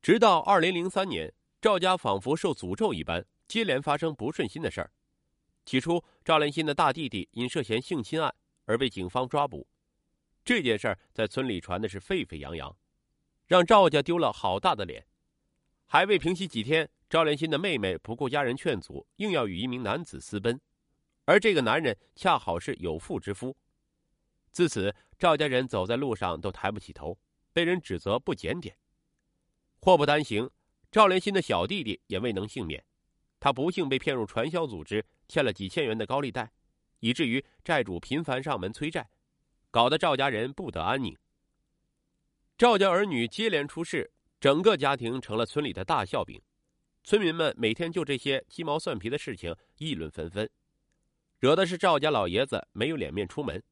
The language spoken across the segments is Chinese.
直到2003年，赵家仿佛受诅咒一般，接连发生不顺心的事儿。起初，赵连新的大弟弟因涉嫌性侵案而被警方抓捕，这件事儿在村里传的是沸沸扬扬，让赵家丢了好大的脸。还未平息几天，赵连新的妹妹不顾家人劝阻，硬要与一名男子私奔，而这个男人恰好是有妇之夫。自此，赵家人走在路上都抬不起头，被人指责不检点。祸不单行，赵连新的小弟弟也未能幸免，他不幸被骗入传销组织，欠了几千元的高利贷，以至于债主频繁上门催债，搞得赵家人不得安宁。赵家儿女接连出事，整个家庭成了村里的大笑柄，村民们每天就这些鸡毛蒜皮的事情议论纷纷，惹的是赵家老爷子没有脸面出门。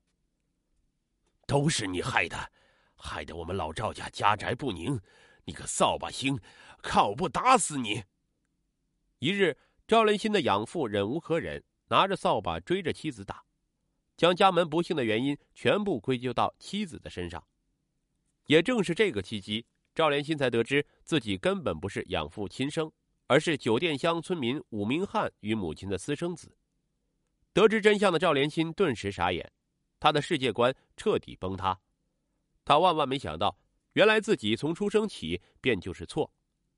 都是你害的，害得我们老赵家家宅不宁，你个扫把星，看我不打死你！ 一日，赵连新的养父忍无可忍，拿着扫把追着妻子打，将家门不幸的原因全部归咎到妻子的身上。也正是这个契机，赵连新才得知自己根本不是养父亲生，而是酒店乡村民武明汉与母亲的私生子。得知真相的赵连新顿时傻眼，他的世界观彻底崩塌。他万万没想到，原来自己从出生起便就是错。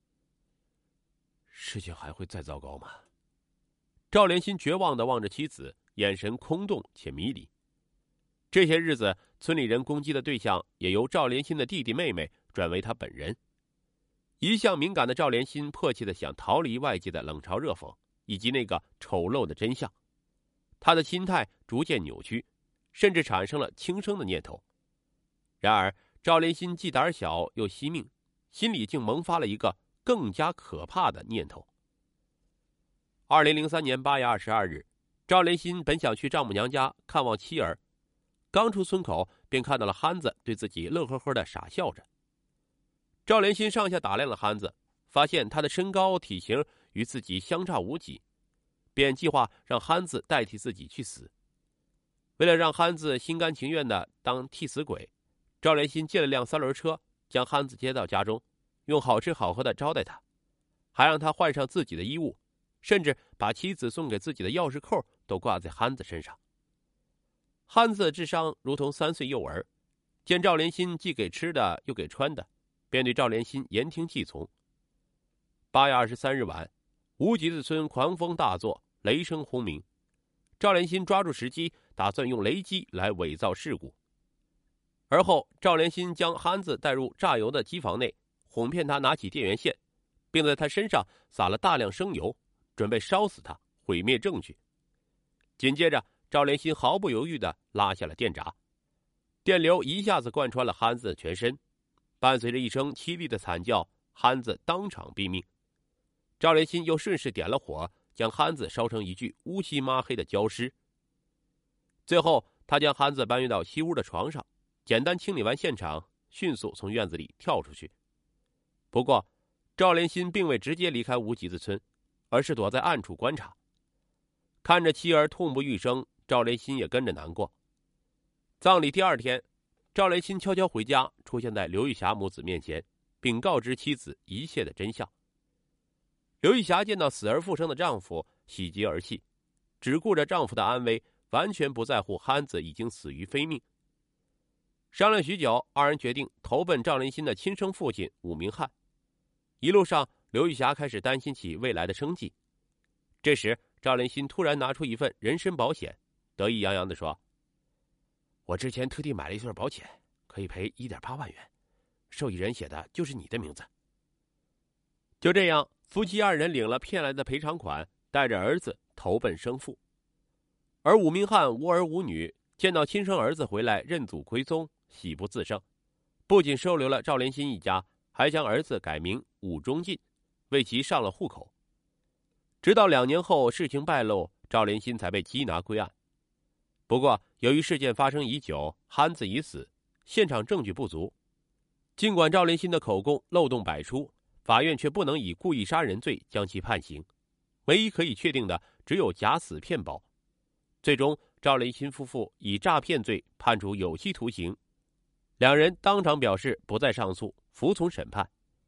事情还会再糟糕吗？ 赵连新绝望地望着妻子，眼神空洞且迷离。这些日子，村里人攻击的对象也由赵连新的弟弟妹妹转为他本人。一向敏感的赵连新迫切地想逃离外界的冷嘲热讽以及那个丑陋的真相，他的心态逐渐扭曲，甚至产生了轻生的念头。然而，赵连新既胆小又惜命，心里竟萌发了一个更加可怕的念头。2003年8月22日，赵连新本想去丈母娘家看望妻儿，刚出村口便看到了憨子对自己乐呵呵的傻笑着。赵连新上下打量了憨子，发现他的身高体型与自己相差无几，便计划让憨子代替自己去死。为了让憨子心甘情愿的当替死鬼，赵连新借了辆三轮车，将憨子接到家中，用好吃好喝的招待他，还让他换上自己的衣物，甚至把妻子送给自己的钥匙扣都挂在憨子身上。憨子的智商如同3岁幼儿，见赵连新既给吃的又给穿的，便对赵连新言听计从。8月23日晚，无极子村狂风大作，雷声轰鸣。赵连新抓住时机，打算用雷击来伪造事故。而后，赵连新将憨子带入榨油的机房内，哄骗他拿起电源线，并在他身上撒了大量生油，准备烧死他，毁灭证据。紧接着，赵连新毫不犹豫地拉下了电闸，电流一下子贯穿了憨子的全身，伴随着一声凄厉的惨叫，憨子当场毙命。赵连新又顺势点了火，将憨子烧成一具乌漆抹黑的焦尸。最后，他将憨子搬运到西屋的床上，简单清理完现场，迅速从院子里跳出去。不过，赵连新并未直接离开无极子村，而是躲在暗处观察。看着妻儿痛不欲生，赵连新也跟着难过。葬礼第2天，赵连新悄悄回家，出现在刘玉霞母子面前，并告知妻子一切的真相。刘玉霞见到死而复生的丈夫，喜极而泣，只顾着丈夫的安危，完全不在乎憨子已经死于非命。商量许久，二人决定投奔赵连新的亲生父亲武明汉。一路上，刘玉霞开始担心起未来的生计。这时，赵连新突然拿出一份人身保险，得意洋洋地说：“我之前特地买了一份保险，可以赔1.8万元，受益人写的就是你的名字。”就这样，夫妻2人领了骗来的赔偿款，带着儿子投奔生父。而武明汉无儿无女，见到亲生儿子回来认祖归宗，喜不自胜，不仅收留了赵连新一家，还将儿子改名武忠进，为其上了户口。直到2年后事情败露，赵连新才被缉拿归案。不过，由于事件发生已久，憨子已死，现场证据不足。尽管赵连新的口供漏洞百出，法院却不能以故意杀人罪将其判刑，唯一可以确定的只有假死骗保。最终，赵连新夫妇以诈骗罪判处有期徒刑，2人当场表示不再上诉，服从审判。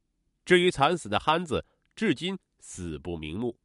至于惨死的憨子，至今死不瞑目。